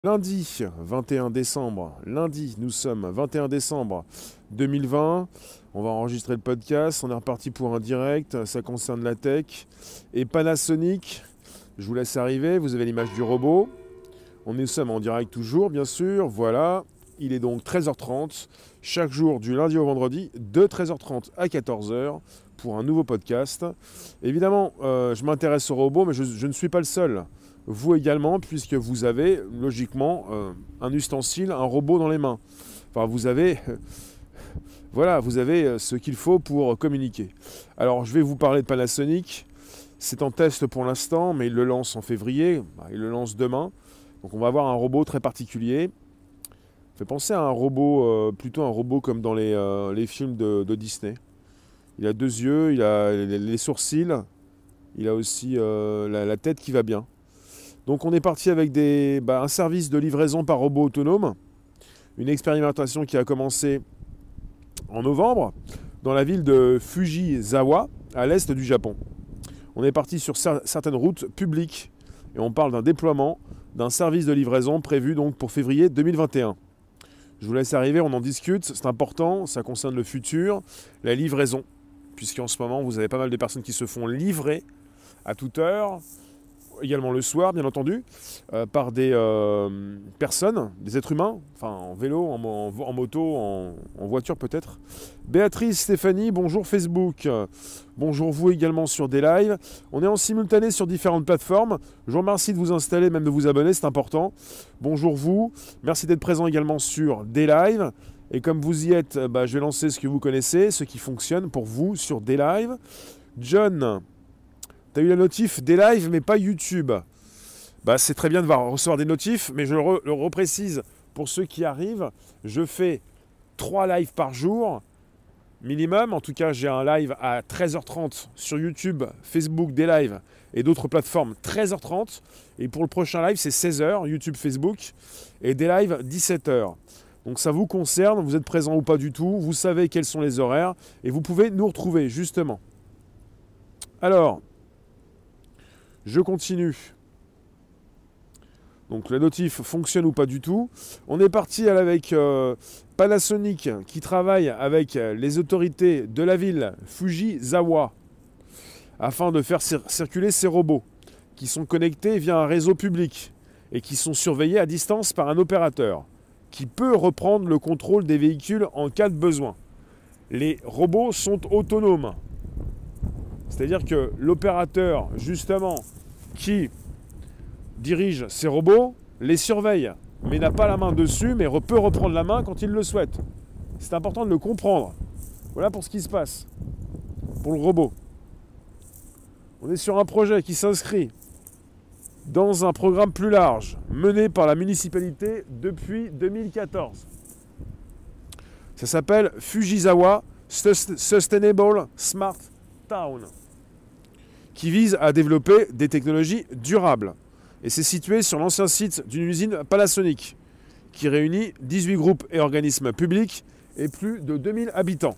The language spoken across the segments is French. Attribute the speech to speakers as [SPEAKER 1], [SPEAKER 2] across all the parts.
[SPEAKER 1] Lundi 21 décembre, lundi, nous sommes 21 décembre 2020. On va enregistrer le podcast. On est reparti pour un direct. Ça concerne la tech. Et Panasonic, je vous laisse arriver. Vous avez l'image du robot. Nous sommes en direct toujours, bien sûr. Voilà. Il est donc 13h30. Chaque jour, du lundi au vendredi, de 13h30 à 14h pour un nouveau podcast. Évidemment, je m'intéresse au robot, mais je ne suis pas le seul. Vous également, puisque vous avez logiquement un ustensile, un robot dans les mains. Enfin, vous avez ce qu'il faut pour communiquer. Alors, je vais vous parler de Panasonic. C'est en test pour l'instant, mais il le lance en février. Il le lance demain. Donc, on va avoir un robot très particulier. Ça fait penser à un robot, plutôt un robot comme dans les films de Disney. Il a deux yeux, il a les sourcils, il a aussi la tête qui va bien. Donc on est parti avec un service de livraison par robot autonome, une expérimentation qui a commencé en novembre dans la ville de Fujisawa, à l'est du Japon. On est parti sur certaines routes publiques et on parle d'un déploiement d'un service de livraison prévu donc pour février 2021. Je vous laisse arriver, on en discute, c'est important, ça concerne le futur, la livraison, puisqu'en ce moment vous avez pas mal de personnes qui se font livrer à toute heure, également le soir, bien entendu, par des personnes, des êtres humains, enfin en vélo, en moto, en voiture peut-être. Béatrice, Stéphanie, bonjour Facebook. Bonjour vous également sur des lives. On est en simultané sur différentes plateformes. Je vous remercie de vous installer, même de vous abonner, c'est important. Bonjour vous. Merci d'être présent également sur des lives. Et comme vous y êtes, je vais lancer ce que vous connaissez, ce qui fonctionne pour vous sur des lives. John, t'as eu la notif des lives, mais pas YouTube. C'est très bien de recevoir des notifs, mais je le reprécise pour ceux qui arrivent. Je fais 3 lives par jour, minimum. En tout cas, j'ai un live à 13h30 sur YouTube, Facebook, des lives et d'autres plateformes, 13h30. Et pour le prochain live, c'est 16h, YouTube, Facebook, et des lives, 17h. Donc ça vous concerne, vous êtes présent ou pas du tout, vous savez quels sont les horaires, et vous pouvez nous retrouver, justement. Alors, je continue. Donc le notif fonctionne ou pas du tout. On est parti avec Panasonic qui travaille avec les autorités de la ville Fujisawa afin de faire circuler ces robots qui sont connectés via un réseau public et qui sont surveillés à distance par un opérateur qui peut reprendre le contrôle des véhicules en cas de besoin. Les robots sont autonomes. C'est-à-dire que l'opérateur, justement, qui dirige ces robots, les surveille, mais n'a pas la main dessus, mais peut reprendre la main quand il le souhaite. C'est important de le comprendre. Voilà pour ce qui se passe, pour le robot. On est sur un projet qui s'inscrit dans un programme plus large, mené par la municipalité depuis 2014. Ça s'appelle Fujisawa Sustainable Smart Town, qui vise à développer des technologies durables. Et c'est situé sur l'ancien site d'une usine Panasonic, qui réunit 18 groupes et organismes publics et plus de 2000 habitants.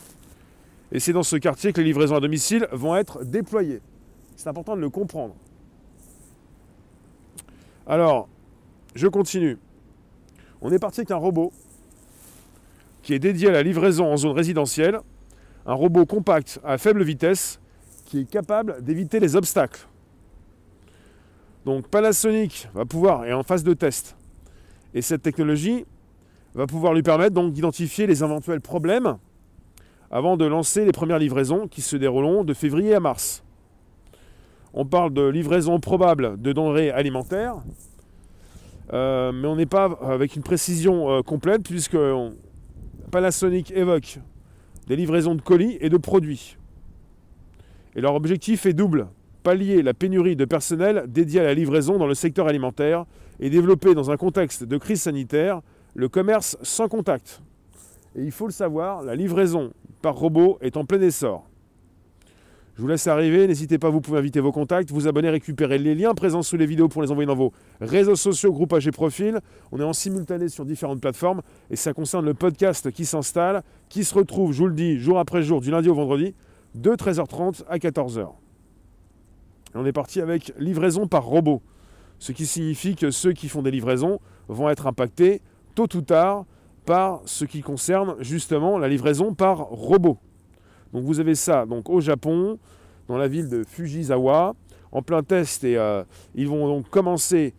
[SPEAKER 1] Et c'est dans ce quartier que les livraisons à domicile vont être déployées. C'est important de le comprendre. Alors, je continue. On est parti avec un robot qui est dédié à la livraison en zone résidentielle, un robot compact à faible vitesse qui est capable d'éviter les obstacles. Donc Panasonic va pouvoir, est en phase de test, et cette technologie va pouvoir lui permettre donc d'identifier les éventuels problèmes avant de lancer les premières livraisons qui se dérouleront de février à mars. On parle de livraison probable de denrées alimentaires, mais on n'est pas avec une précision complète puisque Panasonic évoque des livraisons de colis et de produits. Et leur objectif est double: pallier la pénurie de personnel dédié à la livraison dans le secteur alimentaire et développer dans un contexte de crise sanitaire le commerce sans contact. Et il faut le savoir, la livraison par robot est en plein essor. Je vous laisse arriver, n'hésitez pas, vous pouvez inviter vos contacts, vous abonner, récupérer les liens présents sous les vidéos pour les envoyer dans vos réseaux sociaux, groupages et profils. On est en simultané sur différentes plateformes et ça concerne le podcast qui s'installe, qui se retrouve, je vous le dis, jour après jour, du lundi au vendredi, de 13h30 à 14h. Et on est parti avec livraison par robot. Ce qui signifie que ceux qui font des livraisons vont être impactés tôt ou tard par ce qui concerne justement la livraison par robot. Donc vous avez ça donc au Japon, dans la ville de Fujisawa, en plein test, et ils vont donc commencer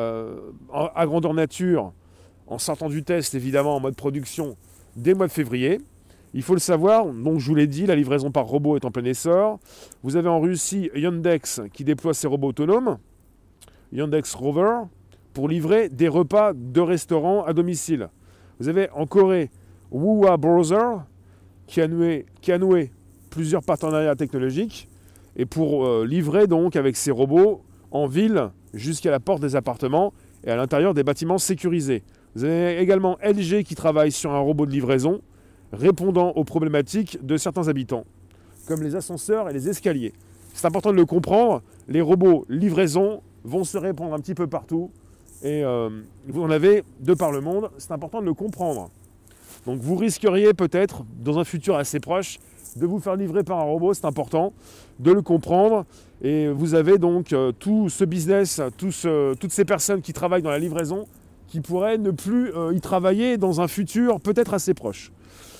[SPEAKER 1] à grandeur nature, en sortant du test évidemment en mode production, dès le mois de février. Il faut le savoir, donc je vous l'ai dit, la livraison par robot est en plein essor. Vous avez en Russie Yandex qui déploie ses robots autonomes, Yandex Rover, pour livrer des repas de restaurants à domicile. Vous avez en Corée Wuwa Browser qui a noué plusieurs partenariats technologiques et pour livrer donc avec ses robots en ville jusqu'à la porte des appartements et à l'intérieur des bâtiments sécurisés. Vous avez également LG qui travaille sur un robot de livraison répondant aux problématiques de certains habitants, comme les ascenseurs et les escaliers. C'est important de le comprendre, les robots livraison vont se répandre un petit peu partout et vous en avez de par le monde, c'est important de le comprendre. Donc vous risqueriez peut-être, dans un futur assez proche, de vous faire livrer par un robot, c'est important de le comprendre. Et vous avez donc tout ce business, toutes ces personnes qui travaillent dans la livraison, qui pourraient ne plus y travailler dans un futur peut-être assez proche.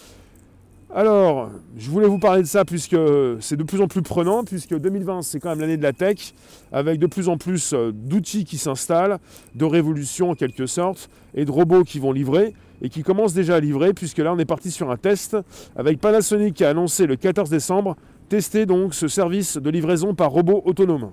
[SPEAKER 1] Alors, je voulais vous parler de ça puisque c'est de plus en plus prenant, puisque 2020 c'est quand même l'année de la tech, avec de plus en plus d'outils qui s'installent, de révolutions en quelque sorte, et de robots qui vont livrer, et qui commencent déjà à livrer, puisque là on est parti sur un test, avec Panasonic qui a annoncé le 14 décembre, tester donc ce service de livraison par robot autonome.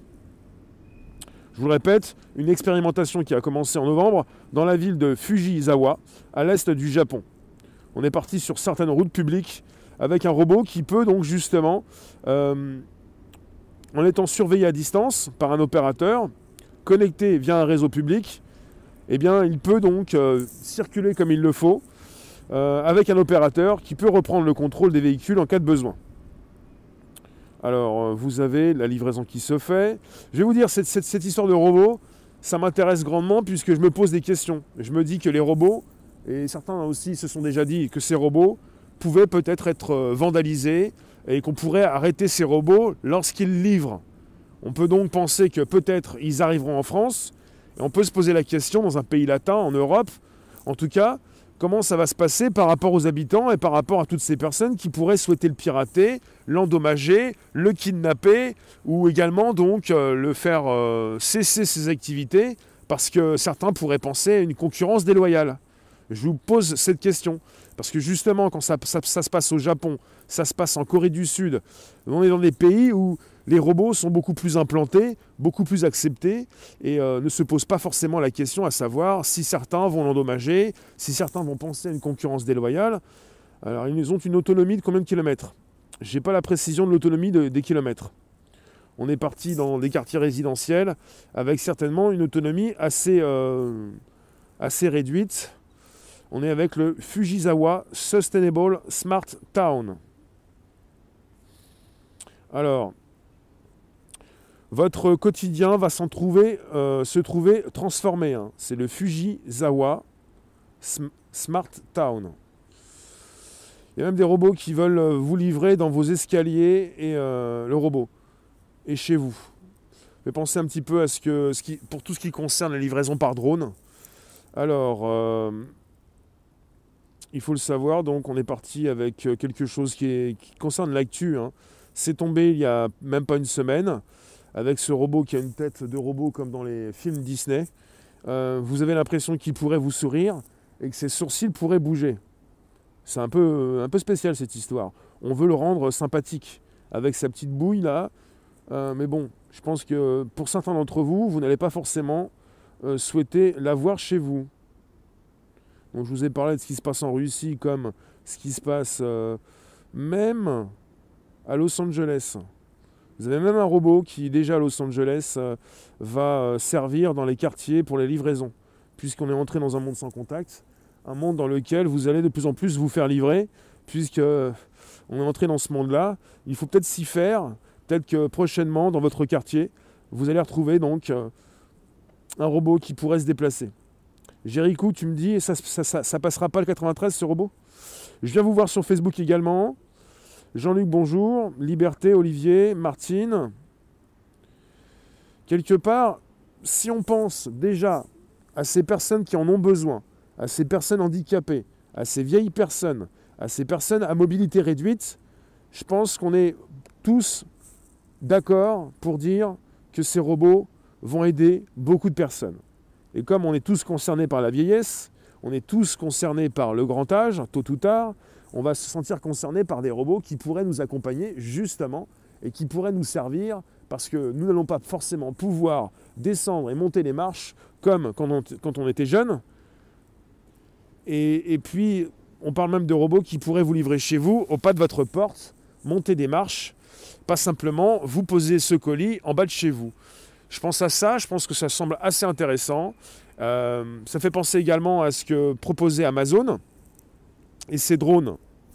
[SPEAKER 1] Je vous le répète, une expérimentation qui a commencé en novembre dans la ville de Fujisawa, à l'est du Japon. On est parti sur certaines routes publiques avec un robot qui peut donc justement, en étant surveillé à distance par un opérateur, connecté via un réseau public, eh bien, il peut donc circuler comme il le faut avec un opérateur qui peut reprendre le contrôle des véhicules en cas de besoin. Alors, vous avez la livraison qui se fait. Je vais vous dire, cette histoire de robot, ça m'intéresse grandement puisque je me pose des questions. Je me dis que les robots, et certains aussi se sont déjà dit que ces robots pouvaient peut-être être vandalisés et qu'on pourrait arrêter ces robots lorsqu'ils livrent. On peut donc penser que peut-être ils arriveront en France, et on peut se poser la question dans un pays latin, en Europe, en tout cas, comment ça va se passer par rapport aux habitants et par rapport à toutes ces personnes qui pourraient souhaiter le pirater, l'endommager, le kidnapper, ou également donc le faire cesser ses activités, parce que certains pourraient penser à une concurrence déloyale. Je vous pose cette question, parce que justement, quand ça se passe au Japon, ça se passe en Corée du Sud, on est dans des pays où les robots sont beaucoup plus implantés, beaucoup plus acceptés, et ne se posent pas forcément la question à savoir si certains vont l'endommager, si certains vont penser à une concurrence déloyale. Alors, ils ont une autonomie de combien de kilomètres? Je n'ai pas la précision de l'autonomie des kilomètres. On est parti dans des quartiers résidentiels, avec certainement une autonomie assez réduite. On est avec le Fujisawa Sustainable Smart Town. Alors, votre quotidien va se trouver transformé. Hein. C'est le Fujisawa Smart Town. Il y a même des robots qui veulent vous livrer dans vos escaliers et le robot. Et chez vous. Mais pensez un petit peu à pour tout ce qui concerne la livraison par drone. Alors, il faut le savoir, donc on est parti avec quelque chose qui concerne l'actu. Hein. C'est tombé il n'y a même pas une semaine, avec ce robot qui a une tête de robot comme dans les films Disney. Vous avez l'impression qu'il pourrait vous sourire et que ses sourcils pourraient bouger. C'est un peu spécial cette histoire. On veut le rendre sympathique, avec sa petite bouille là. Mais bon, je pense que pour certains d'entre vous, vous n'allez pas forcément souhaiter l'avoir chez vous. Donc je vous ai parlé de ce qui se passe en Russie comme ce qui se passe même à Los Angeles. Vous avez même un robot qui, déjà à Los Angeles, va servir dans les quartiers pour les livraisons. Puisqu'on est entré dans un monde sans contact, un monde dans lequel vous allez de plus en plus vous faire livrer, puisque on est entré dans ce monde-là. Il faut peut-être s'y faire. Peut-être que prochainement, dans votre quartier, vous allez retrouver donc un robot qui pourrait se déplacer. Jéricho, tu me dis, ça passera pas le 93 ce robot? Je viens vous voir sur Facebook également. Jean-Luc, bonjour. Liberté, Olivier, Martine. Quelque part, si on pense déjà à ces personnes qui en ont besoin, à ces personnes handicapées, à ces vieilles personnes, à ces personnes à mobilité réduite, je pense qu'on est tous d'accord pour dire que ces robots vont aider beaucoup de personnes. Et comme on est tous concernés par la vieillesse, on est tous concernés par le grand âge, tôt ou tard, on va se sentir concernés par des robots qui pourraient nous accompagner justement et qui pourraient nous servir parce que nous n'allons pas forcément pouvoir descendre et monter les marches comme quand on était jeune. Et puis, on parle même de robots qui pourraient vous livrer chez vous, au pas de votre porte, monter des marches, pas simplement vous poser ce colis en bas de chez vous. Je pense à ça, je pense que ça semble assez intéressant. Ça fait penser également à ce que proposait Amazon et ses drones.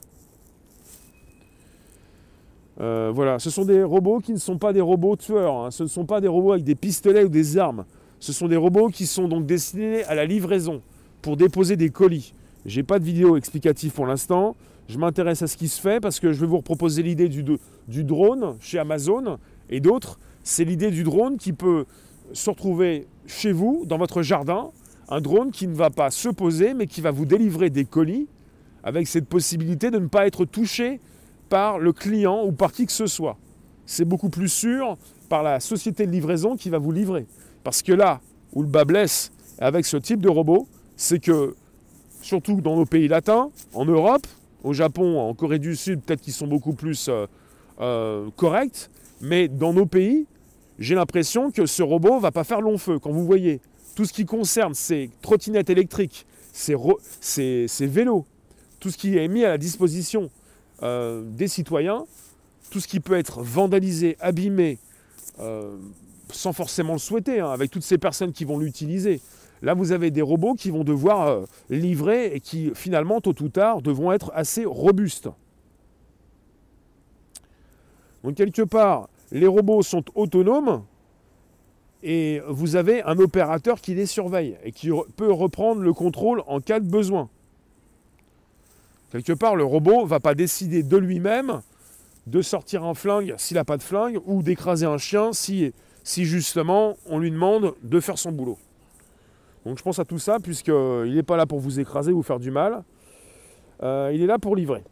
[SPEAKER 1] Voilà, ce sont des robots qui ne sont pas des robots tueurs, hein. Ce ne sont pas des robots avec des pistolets ou des armes. Ce sont des robots qui sont donc destinés à la livraison, pour déposer des colis. Je n'ai pas de vidéo explicative pour l'instant. Je m'intéresse à ce qui se fait parce que je vais vous proposer l'idée du drone chez Amazon et d'autres. C'est l'idée du drone qui peut se retrouver chez vous, dans votre jardin. Un drone qui ne va pas se poser, mais qui va vous délivrer des colis avec cette possibilité de ne pas être touché par le client ou par qui que ce soit. C'est beaucoup plus sûr par la société de livraison qui va vous livrer. Parce que là où le bas blesse avec ce type de robot, c'est que, surtout dans nos pays latins, en Europe, au Japon, en Corée du Sud, peut-être qu'ils sont beaucoup plus corrects, mais dans nos pays, j'ai l'impression que ce robot ne va pas faire long feu. Quand vous voyez tout ce qui concerne ces trottinettes électriques, ces vélos, tout ce qui est mis à la disposition des citoyens, tout ce qui peut être vandalisé, abîmé, sans forcément le souhaiter, hein, avec toutes ces personnes qui vont l'utiliser. Là, vous avez des robots qui vont devoir livrer et qui, finalement, tôt ou tard, devront être assez robustes. Donc, quelque part, les robots sont autonomes et vous avez un opérateur qui les surveille et qui peut reprendre le contrôle en cas de besoin. Quelque part, le robot ne va pas décider de lui-même de sortir un flingue s'il n'a pas de flingue ou d'écraser un chien si justement on lui demande de faire son boulot. Donc je pense à tout ça puisqu'il n'est pas là pour vous écraser ou vous faire du mal. Il est là pour livrer.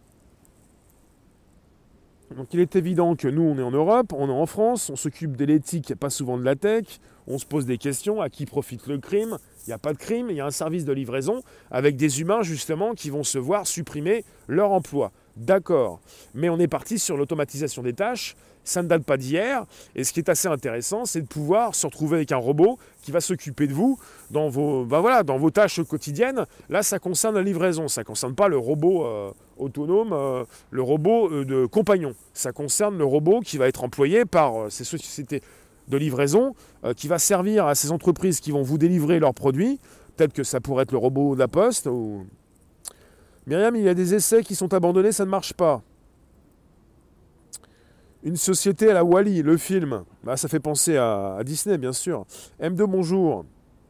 [SPEAKER 1] Donc il est évident que nous, on est en Europe, on est en France, on s'occupe de l'éthique, pas souvent de la tech, on se pose des questions, à qui profite le crime? Il n'y a pas de crime, il y a un service de livraison avec des humains justement qui vont se voir supprimer leur emploi. D'accord, mais on est parti sur l'automatisation des tâches, ça ne date pas d'hier, et ce qui est assez intéressant, c'est de pouvoir se retrouver avec un robot qui va s'occuper de vous dans vos tâches quotidiennes. Là, ça concerne la livraison, ça ne concerne pas le robot autonome, le robot de compagnon. Ça concerne le robot qui va être employé par ces sociétés de livraison, qui va servir à ces entreprises qui vont vous délivrer leurs produits. Peut-être que ça pourrait être le robot de la poste. Ou... Myriam, il y a des essais qui sont abandonnés, ça ne marche pas. Une société à la Wall-E, le film. Bah, ça fait penser à Disney, bien sûr. M2, bonjour.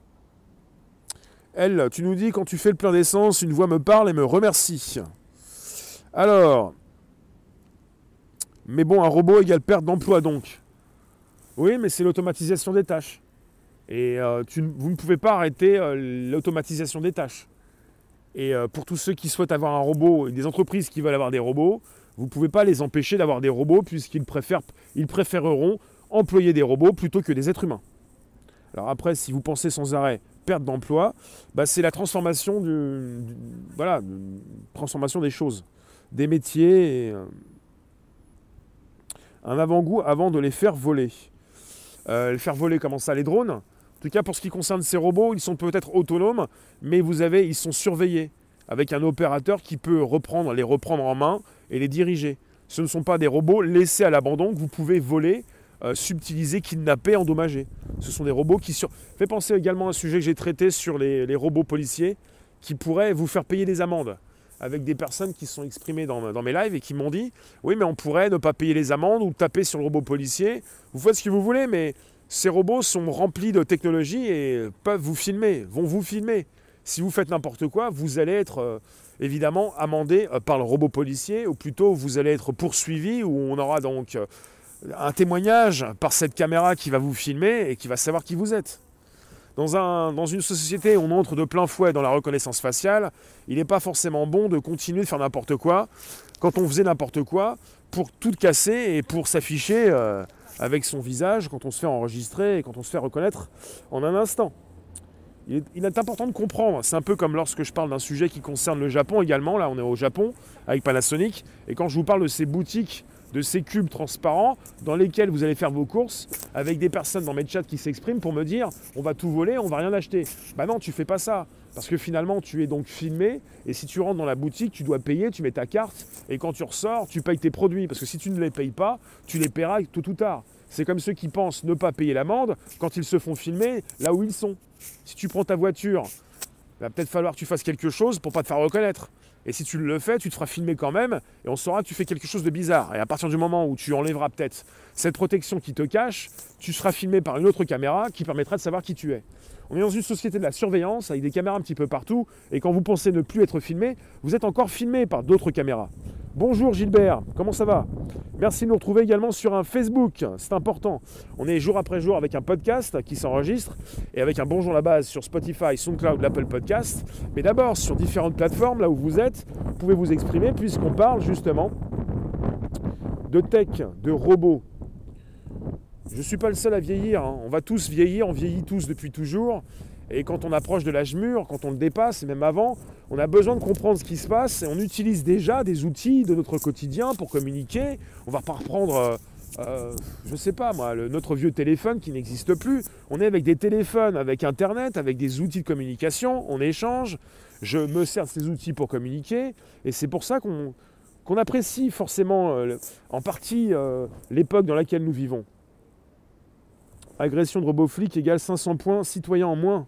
[SPEAKER 1] Elle, tu nous dis, quand tu fais le plein d'essence, une voix me parle et me remercie. Alors, mais bon, un robot égale perte d'emploi, donc. Oui, mais c'est l'automatisation des tâches. Et vous ne pouvez pas arrêter l'automatisation des tâches. Et pour tous ceux qui souhaitent avoir un robot, et des entreprises qui veulent avoir des robots, vous ne pouvez pas les empêcher d'avoir des robots puisqu'ils préféreront employer des robots plutôt que des êtres humains. Alors après, si vous pensez sans arrêt perte d'emploi, bah c'est la transformation transformation des choses, des métiers, et, un avant-goût avant de les faire voler. Les faire voler, comment ça, les drones? En tout cas, pour ce qui concerne ces robots, ils sont peut-être autonomes, mais ils sont surveillés avec un opérateur qui peut les reprendre en main et les diriger. Ce ne sont pas des robots laissés à l'abandon que vous pouvez voler, subtiliser, kidnapper, endommager. Ce sont des robots qui... Fait penser également à un sujet que j'ai traité sur les robots policiers qui pourraient vous faire payer des amendes. Avec des personnes qui se sont exprimées dans mes lives et qui m'ont dit « Oui, mais on pourrait ne pas payer les amendes ou taper sur le robot policier. Vous faites ce que vous voulez, mais ces robots sont remplis de technologie et peuvent vous filmer, vont vous filmer. Si vous faites n'importe quoi, vous allez être évidemment amendé par le robot policier, ou plutôt vous allez être poursuivi, où on aura donc un témoignage par cette caméra qui va vous filmer et qui va savoir qui vous êtes. Dans une société où on entre de plein fouet dans la reconnaissance faciale, il n'est pas forcément bon de continuer de faire n'importe quoi quand on faisait n'importe quoi pour tout casser et pour s'afficher avec son visage quand on se fait enregistrer et quand on se fait reconnaître en un instant. Il est important de comprendre, c'est un peu comme lorsque je parle d'un sujet qui concerne le Japon également, là on est au Japon avec Panasonic, et quand je vous parle de ces boutiques, de ces cubes transparents dans lesquels vous allez faire vos courses, avec des personnes dans mes chats qui s'expriment pour me dire on va tout voler, on va rien acheter. Bah non, tu fais pas ça, parce que finalement tu es donc filmé, et si tu rentres dans la boutique, tu dois payer, tu mets ta carte, et quand tu ressors, tu payes tes produits, parce que si tu ne les payes pas, tu les paieras tôt ou tard. C'est comme ceux qui pensent ne pas payer l'amende quand ils se font filmer là où ils sont. Si tu prends ta voiture, il va peut-être falloir que tu fasses quelque chose pour ne pas te faire reconnaître. Et si tu le fais, tu te feras filmer quand même et on saura que tu fais quelque chose de bizarre. Et à partir du moment où tu enlèveras peut-être cette protection qui te cache, tu seras filmé par une autre caméra qui permettra de savoir qui tu es. On est dans une société de la surveillance avec des caméras un petit peu partout et quand vous pensez ne plus être filmé, vous êtes encore filmé par d'autres caméras. Bonjour Gilbert, comment ça va? Merci de nous retrouver également sur un Facebook, c'est important. On est jour après jour avec un podcast qui s'enregistre et avec un bonjour à la base sur Spotify, SoundCloud, l'Apple Podcast. Mais d'abord sur différentes plateformes, là où vous êtes, vous pouvez vous exprimer puisqu'on parle justement de tech, de robots. Je ne suis pas le seul à vieillir, hein. On va tous vieillir, on vieillit tous depuis toujours. Et quand on approche de l'âge mûr, quand on le dépasse, et même avant, on a besoin de comprendre ce qui se passe. Et on utilise déjà des outils de notre quotidien pour communiquer. On va pas reprendre, je ne sais pas moi, notre vieux téléphone qui n'existe plus. On est avec des téléphones, avec Internet, avec des outils de communication. On échange. Je me sers de ces outils pour communiquer. Et c'est pour ça qu'on apprécie forcément en partie l'époque dans laquelle nous vivons. Agression de robot flic égale 500 points, citoyens en moins.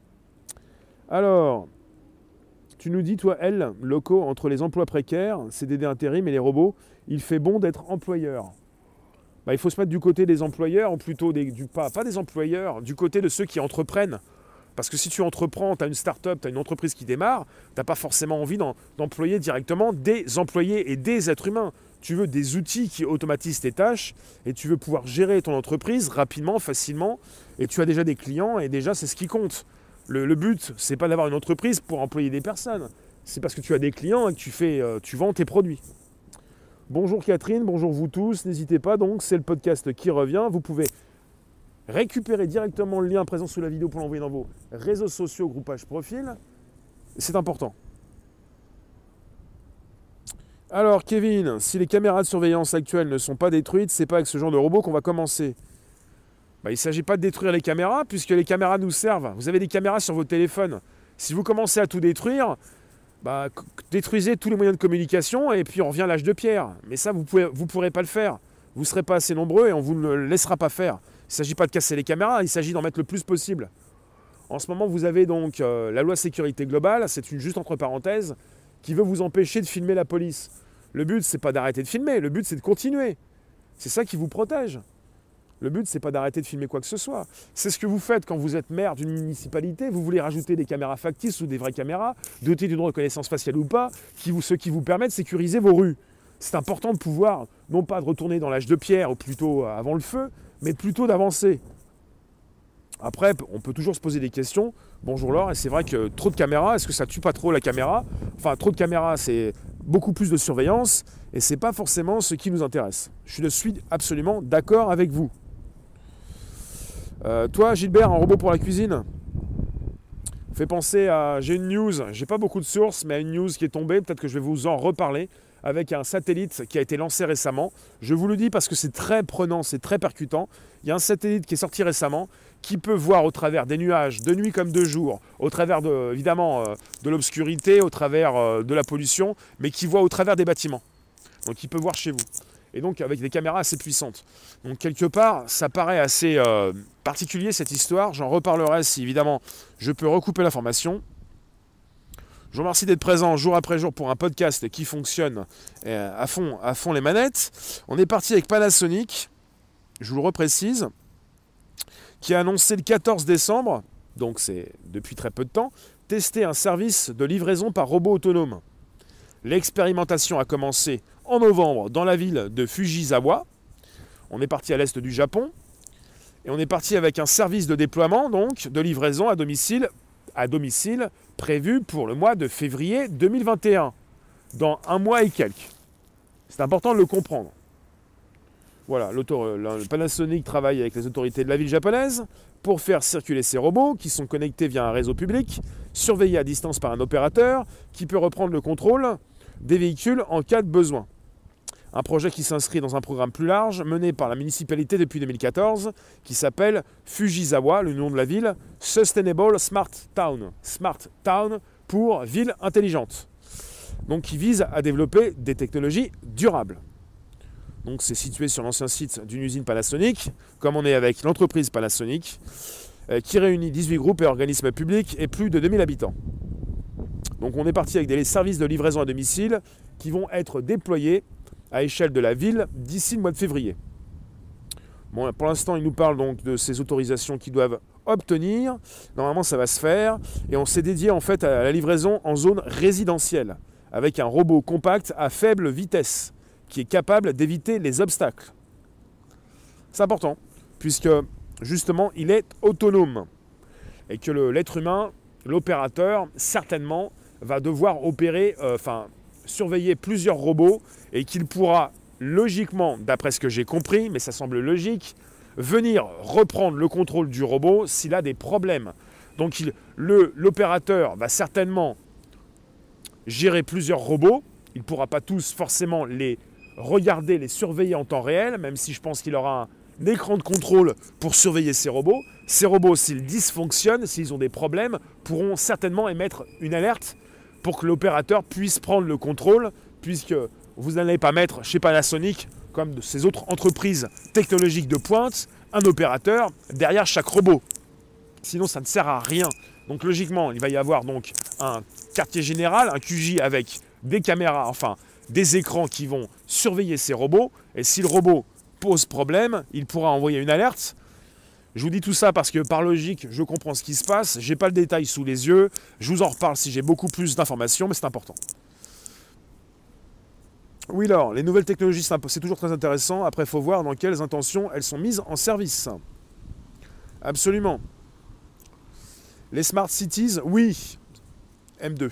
[SPEAKER 1] Alors, tu nous dis, toi, locaux, entre les emplois précaires, CDD intérim et les robots, il fait bon d'être employeur. Bah, il faut se mettre du côté des employeurs, ou plutôt pas des employeurs, du côté de ceux qui entreprennent. Parce que si tu entreprends, tu as une start-up, tu as une entreprise qui démarre, tu n'as pas forcément envie d'employer directement des employés et des êtres humains. Tu veux des outils qui automatisent tes tâches et tu veux pouvoir gérer ton entreprise rapidement, facilement. Et tu as déjà des clients et déjà c'est ce qui compte. Le but, c'est pas d'avoir une entreprise pour employer des personnes. C'est parce que tu as des clients et que tu vends tes produits. Bonjour Catherine, bonjour vous tous. N'hésitez pas donc, c'est le podcast qui revient. Vous pouvez récupérer directement le lien présent sous la vidéo pour l'envoyer dans vos réseaux sociaux, groupage profil. C'est important. Alors Kevin, si les caméras de surveillance actuelles ne sont pas détruites, c'est pas avec ce genre de robot qu'on va commencer. Il ne s'agit pas de détruire les caméras, puisque les caméras nous servent. Vous avez des caméras sur vos téléphones. Si vous commencez à tout détruire, détruisez tous les moyens de communication et puis on revient à l'âge de pierre. Mais ça, vous ne pourrez pas le faire. Vous ne serez pas assez nombreux et on ne vous le laissera pas faire. Il ne s'agit pas de casser les caméras, il s'agit d'en mettre le plus possible. En ce moment, vous avez donc la loi sécurité globale, c'est une juste entre parenthèses, qui veut vous empêcher de filmer la police. Le but, c'est pas d'arrêter de filmer, le but, c'est de continuer. C'est ça qui vous protège. Le but, c'est pas d'arrêter de filmer quoi que ce soit. C'est ce que vous faites quand vous êtes maire d'une municipalité, vous voulez rajouter des caméras factices ou des vraies caméras, dotées d'une reconnaissance faciale ou pas, ce qui vous permet de sécuriser vos rues. C'est important de pouvoir, non pas de retourner dans l'âge de pierre, ou plutôt avant le feu, mais plutôt d'avancer. Après, on peut toujours se poser des questions. Bonjour Laure, et c'est vrai que trop de caméras, est-ce que ça tue pas trop la caméra? Enfin, trop de caméras, c'est beaucoup plus de surveillance, et c'est pas forcément ce qui nous intéresse. Je suis absolument d'accord avec vous. Toi, Gilbert, un robot pour la cuisine? Fait penser à... J'ai une news, j'ai pas beaucoup de sources, mais à une news qui est tombée, peut-être que je vais vous en reparler, avec un satellite qui a été lancé récemment. Je vous le dis parce que c'est très prenant, c'est très percutant. Il y a un satellite qui est sorti récemment, qui peut voir au travers des nuages, de nuit comme de jour, au travers évidemment de l'obscurité, au travers de la pollution, mais qui voit au travers des bâtiments. Donc il peut voir chez vous. Et donc avec des caméras assez puissantes. Donc quelque part, ça paraît assez particulier cette histoire. J'en reparlerai si évidemment je peux recouper l'information. Je vous remercie d'être présent jour après jour pour un podcast qui fonctionne à fond les manettes. On est parti avec Panasonic, je vous le reprécise, qui a annoncé le 14 décembre, donc c'est depuis très peu de temps, tester un service de livraison par robot autonome. L'expérimentation a commencé en novembre dans la ville de Fujisawa. On est parti à l'est du Japon. Et on est parti avec un service de déploiement, donc, de livraison à domicile, prévu pour le mois de février 2021, dans un mois et quelques. C'est important de le comprendre. Voilà, le Panasonic travaille avec les autorités de la ville japonaise pour faire circuler ces robots qui sont connectés via un réseau public, surveillés à distance par un opérateur qui peut reprendre le contrôle des véhicules en cas de besoin. Un projet qui s'inscrit dans un programme plus large mené par la municipalité depuis 2014 qui s'appelle Fujisawa, le nom de la ville, Sustainable Smart Town. Smart Town pour ville intelligente. Donc qui vise à développer des technologies durables. Donc c'est situé sur l'ancien site d'une usine Panasonic, comme on est avec l'entreprise Panasonic, qui réunit 18 groupes et organismes publics et plus de 2000 habitants. Donc on est parti avec des services de livraison à domicile qui vont être déployés à échelle de la ville d'ici le mois de février. Bon, pour l'instant, il nous parle donc de ces autorisations qu'ils doivent obtenir. Normalement, ça va se faire. Et on s'est dédié en fait à la livraison en zone résidentielle, avec un robot compact à faible vitesse, qui est capable d'éviter les obstacles. C'est important, puisque justement, il est autonome. Et que l'être humain, l'opérateur, certainement, va devoir surveiller plusieurs robots et qu'il pourra logiquement, d'après ce que j'ai compris, mais ça semble logique, venir reprendre le contrôle du robot s'il a des problèmes. Donc l'opérateur va certainement gérer plusieurs robots. Il ne pourra pas tous forcément les regarder, les surveiller en temps réel, même si je pense qu'il aura un écran de contrôle pour surveiller ces robots. Ces robots, s'ils dysfonctionnent, s'ils ont des problèmes, pourront certainement émettre une alerte pour que l'opérateur puisse prendre le contrôle, puisque vous n'allez pas mettre chez Panasonic, comme de ces autres entreprises technologiques de pointe, un opérateur derrière chaque robot. Sinon, ça ne sert à rien. Donc logiquement, il va y avoir donc un quartier général, un QJ avec des caméras, enfin des écrans qui vont surveiller ces robots. Et si le robot pose problème, il pourra envoyer une alerte. Je vous dis tout ça parce que par logique, je comprends ce qui se passe. Je n'ai pas le détail sous les yeux. Je vous en reparle si j'ai beaucoup plus d'informations, mais c'est important. Oui, alors, les nouvelles technologies, c'est toujours très intéressant. Après, il faut voir dans quelles intentions elles sont mises en service. Absolument. Les Smart Cities, oui. M2.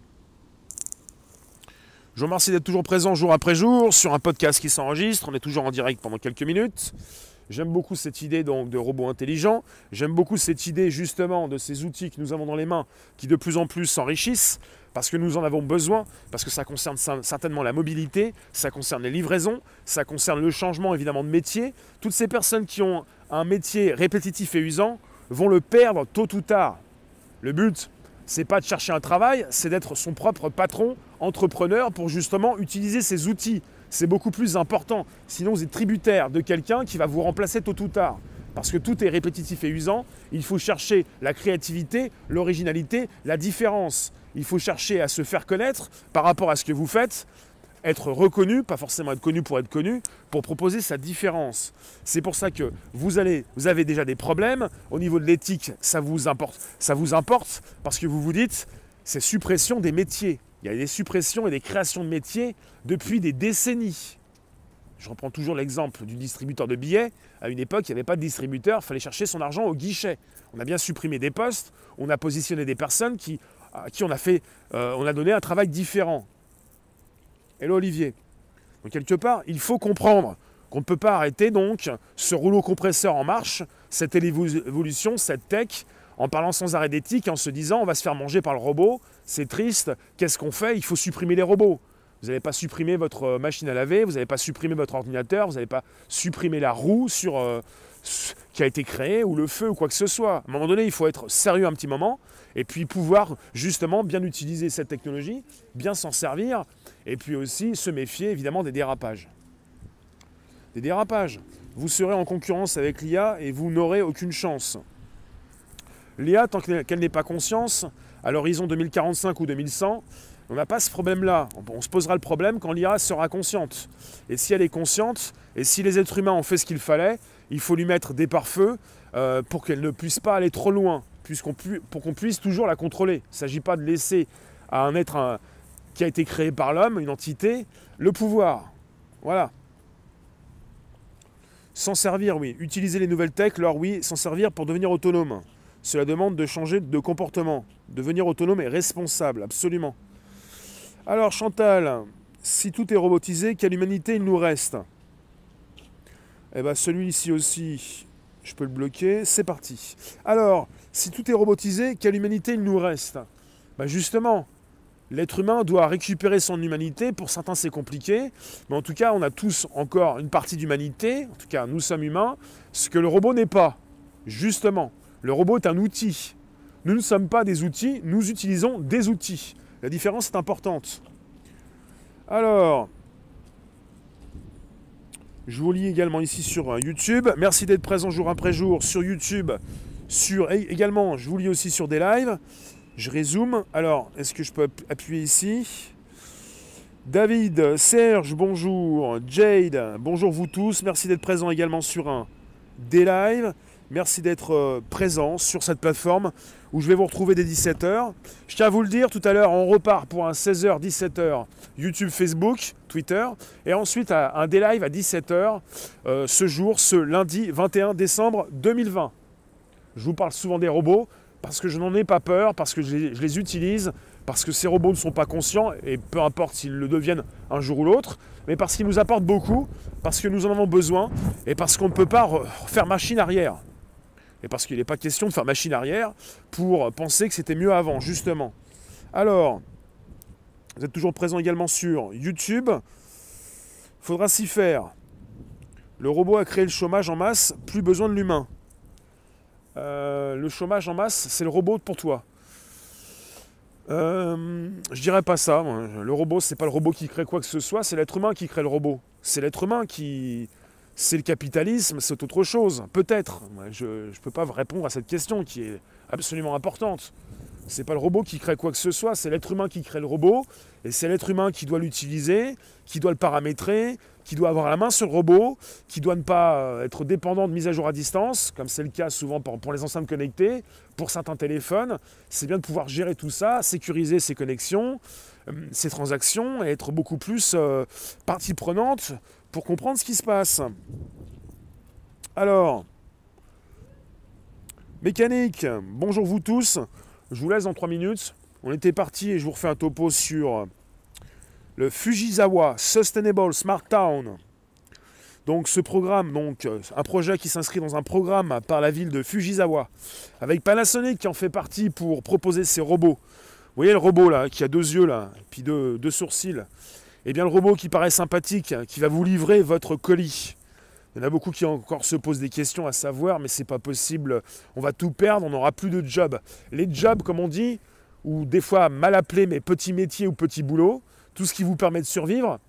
[SPEAKER 1] Je vous remercie d'être toujours présent jour après jour sur un podcast qui s'enregistre. On est toujours en direct pendant quelques minutes. J'aime beaucoup cette idée donc, de robots intelligents. J'aime beaucoup cette idée justement de ces outils que nous avons dans les mains qui de plus en plus s'enrichissent parce que nous en avons besoin, parce que ça concerne certainement la mobilité, ça concerne les livraisons, ça concerne le changement évidemment de métier. Toutes ces personnes qui ont un métier répétitif et usant vont le perdre tôt ou tard. Le but, c'est pas de chercher un travail, c'est d'être son propre patron, entrepreneur pour justement utiliser ces outils. C'est beaucoup plus important. Sinon, vous êtes tributaire de quelqu'un qui va vous remplacer tôt ou tard. Parce que tout est répétitif et usant. Il faut chercher la créativité, l'originalité, la différence. Il faut chercher à se faire connaître par rapport à ce que vous faites, être reconnu, pas forcément être connu, pour proposer sa différence. C'est pour ça que vous avez déjà des problèmes. Au niveau de l'éthique, ça vous importe parce que vous vous dites, c'est suppression des métiers. Il y a des suppressions et des créations de métiers depuis des décennies. Je reprends toujours l'exemple du distributeur de billets. À une époque, il n'y avait pas de distributeur, il fallait chercher son argent au guichet. On a bien supprimé des postes, on a positionné des personnes à qui on a donné un travail différent. Hello Olivier. Donc quelque part, il faut comprendre qu'on ne peut pas arrêter donc ce rouleau compresseur en marche, cette évolution, cette tech, en parlant sans arrêt d'éthique, en se disant on va se faire manger par le robot, c'est triste, qu'est-ce qu'on fait? Il faut supprimer les robots. Vous n'allez pas supprimer votre machine à laver, vous n'allez pas supprimer votre ordinateur, vous n'allez pas supprimer la roue qui a été créée, ou le feu, ou quoi que ce soit. À un moment donné, il faut être sérieux un petit moment, et puis pouvoir justement bien utiliser cette technologie, bien s'en servir, et puis aussi se méfier évidemment des dérapages. Des dérapages. Vous serez en concurrence avec l'IA et vous n'aurez aucune chance. L'IA, tant qu'elle n'est pas conscience, à l'horizon 2045 ou 2100, on n'a pas ce problème-là. On se posera le problème quand l'IA sera consciente. Et si elle est consciente, et si les êtres humains ont fait ce qu'il fallait, il faut lui mettre des pare-feux pour qu'elle ne puisse pas aller trop loin, pour qu'on puisse toujours la contrôler. Il ne s'agit pas de laisser à un être qui a été créé par l'homme, une entité, le pouvoir. Voilà. S'en servir, oui. Utiliser les nouvelles techs, alors oui, s'en servir pour devenir autonome. Cela demande de changer de comportement, devenir autonome et responsable, absolument. Alors Chantal, si tout est robotisé, quelle humanité il nous reste? Eh bien celui-ci aussi, je peux le bloquer, c'est parti. Alors, si tout est robotisé, quelle humanité il nous reste? Ben justement, l'être humain doit récupérer son humanité. Pour certains, c'est compliqué. Mais en tout cas, on a tous encore une partie d'humanité. En tout cas, nous sommes humains. Ce que le robot n'est pas. Justement, le robot est un outil. Nous ne sommes pas des outils, nous utilisons des outils. La différence est importante. Alors, je vous lis également ici sur YouTube. Merci d'être présent jour après jour sur YouTube. Également, je vous lis aussi sur des lives. Je résume. Alors, est-ce que je peux appuyer ici? David, Serge, bonjour. Jade, bonjour vous tous. Merci d'être présent également sur des lives. Merci d'être présent sur cette plateforme où je vais vous retrouver dès 17h. Je tiens à vous le dire, tout à l'heure, on repart pour un 16h, 17h, YouTube, Facebook, Twitter. Et ensuite, un des lives à 17h, ce lundi 21 décembre 2020. Je vous parle souvent des robots parce que je n'en ai pas peur, parce que je les utilise, parce que ces robots ne sont pas conscients, et peu importe s'ils le deviennent un jour ou l'autre, mais parce qu'ils nous apportent beaucoup, parce que nous en avons besoin, et parce qu'on ne peut pas faire machine arrière. Et parce qu'il n'est pas question de faire machine arrière pour penser que c'était mieux avant, justement. Alors, vous êtes toujours présent également sur YouTube. Il faudra s'y faire. Le robot a créé le chômage en masse, plus besoin de l'humain. Le chômage en masse, c'est le robot pour toi. Je dirais pas ça. Le robot, c'est pas le robot qui crée quoi que ce soit, c'est l'être humain qui crée le robot. C'est l'être humain qui... C'est le capitalisme, c'est autre chose. Peut-être. Je ne peux pas répondre à cette question qui est absolument importante. C'est pas le robot qui crée quoi que ce soit, c'est l'être humain qui crée le robot, et c'est l'être humain qui doit l'utiliser, qui doit le paramétrer, qui doit avoir la main sur le robot, qui doit ne pas être dépendant de mise à jour à distance, comme c'est le cas souvent pour les enceintes connectées, pour certains téléphones. C'est bien de pouvoir gérer tout ça, sécuriser ses connexions, ses transactions, et être beaucoup plus partie prenante pour comprendre ce qui se passe. Alors, mécanique, bonjour vous tous. Je vous laisse dans 3 minutes. On était parti et je vous refais un topo sur le Fujisawa Sustainable Smart Town. Donc ce programme, un projet qui s'inscrit dans un programme par la ville de Fujisawa, avec Panasonic qui en fait partie pour proposer ces robots. Vous voyez le robot là, qui a 2 yeux là, et puis deux sourcils. Eh bien le robot qui paraît sympathique, qui va vous livrer votre colis. Il y en a beaucoup qui encore se posent des questions à savoir, mais c'est pas possible, on va tout perdre, on n'aura plus de job. Les jobs, comme on dit, ou des fois mal appelés, mais petits métiers ou petits boulots, tout ce qui vous permet de survivre,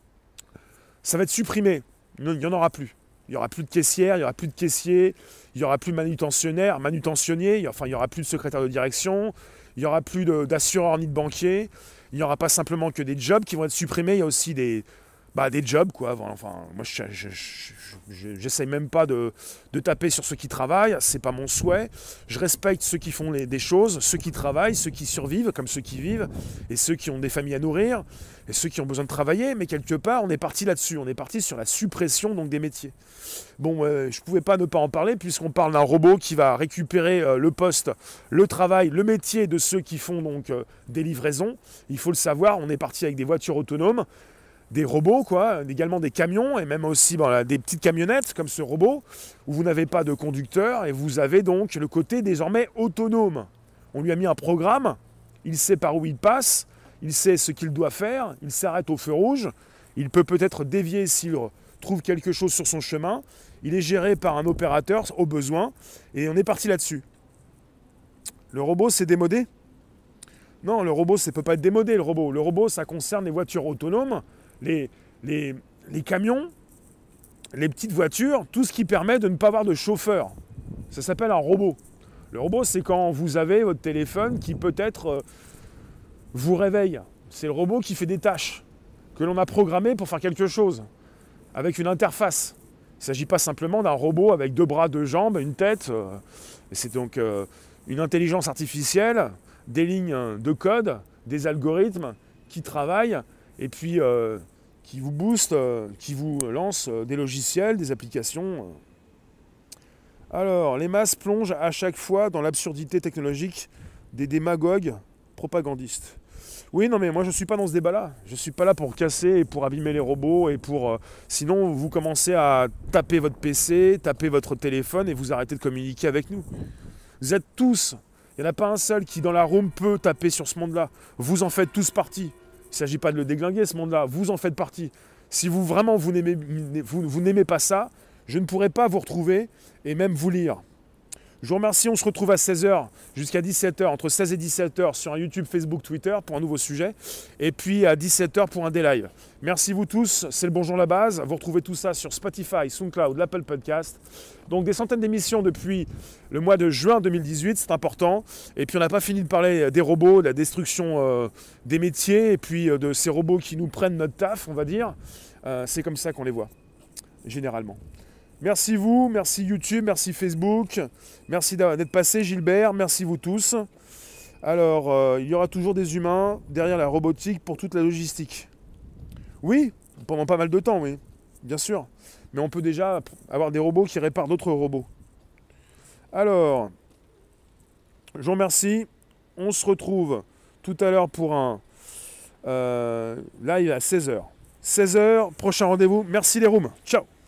[SPEAKER 1] ça va être supprimé. Il n'y en aura plus. Il n'y aura plus de caissière, il n'y aura plus de caissier, il n'y aura plus de manutentionnier, enfin il n'y aura plus de secrétaire de direction, il n'y aura plus d'assureur ni de banquier, il n'y aura pas simplement que des jobs qui vont être supprimés, il y a aussi des jobs, quoi. Enfin, moi, j'essaye même pas de taper sur ceux qui travaillent, c'est pas mon souhait. Je respecte ceux qui font des choses, ceux qui travaillent, ceux qui survivent, comme ceux qui vivent, et ceux qui ont des familles à nourrir, et ceux qui ont besoin de travailler, mais quelque part, on est parti là-dessus. On est parti sur la suppression donc, des métiers. Bon, je pouvais pas ne pas en parler, puisqu'on parle d'un robot qui va récupérer le poste, le travail, le métier de ceux qui font donc des livraisons. Il faut le savoir, on est parti avec des voitures autonomes, des robots, quoi, également des camions, et même aussi des petites camionnettes comme ce robot, où vous n'avez pas de conducteur, et vous avez donc le côté désormais autonome. On lui a mis un programme, il sait par où il passe, il sait ce qu'il doit faire, il s'arrête au feu rouge, il peut peut-être dévier s'il trouve quelque chose sur son chemin, il est géré par un opérateur au besoin, et on est parti là-dessus. Le robot, c'est démodé? Non, le robot, ça ne peut pas être démodé, le robot. Le robot, ça concerne les voitures autonomes, les camions, les petites voitures, tout ce qui permet de ne pas avoir de chauffeur. Ça s'appelle un robot. Le robot, c'est quand vous avez votre téléphone qui peut-être vous réveille. C'est le robot qui fait des tâches que l'on a programmées pour faire quelque chose, avec une interface. Il ne s'agit pas simplement d'un robot avec 2 bras, 2 jambes, une tête. Et c'est donc une intelligence artificielle, des lignes de code, des algorithmes qui travaillent et puis qui vous booste, qui vous lance des logiciels, des applications. Alors, les masses plongent à chaque fois dans l'absurdité technologique des démagogues propagandistes. Oui, non, mais moi je ne suis pas dans ce débat-là. Je ne suis pas là pour casser et pour abîmer les robots et pour... sinon, vous commencez à taper votre PC, taper votre téléphone et vous arrêtez de communiquer avec nous. Vous êtes tous... Il n'y en a pas un seul qui dans la room peut taper sur ce monde-là. Vous en faites tous partie. Il ne s'agit pas de le déglinguer, ce monde-là. Vous en faites partie. Si vous vraiment vous n'aimez pas ça, je ne pourrai pas vous retrouver et même vous lire. Je vous remercie, on se retrouve à 16h jusqu'à 17h, entre 16 et 17h sur un YouTube, Facebook, Twitter pour un nouveau sujet. Et puis à 17h pour un des lives. Merci vous tous, c'est le Bonjour la base. Vous retrouvez tout ça sur Spotify, SoundCloud, l'Apple Podcast. Donc des centaines d'émissions depuis le mois de juin 2018, c'est important. Et puis on n'a pas fini de parler des robots, de la destruction des métiers, et puis de ces robots qui nous prennent notre taf, on va dire. C'est comme ça qu'on les voit, généralement. Merci vous, merci YouTube, merci Facebook, merci d'être passé Gilbert, merci vous tous. Alors, il y aura toujours des humains derrière la robotique pour toute la logistique. Oui, pendant pas mal de temps, oui, bien sûr. Mais on peut déjà avoir des robots qui réparent d'autres robots. Alors, je vous remercie. On se retrouve tout à l'heure pour un live à 16h. 16h, prochain rendez-vous. Merci les rooms. Ciao.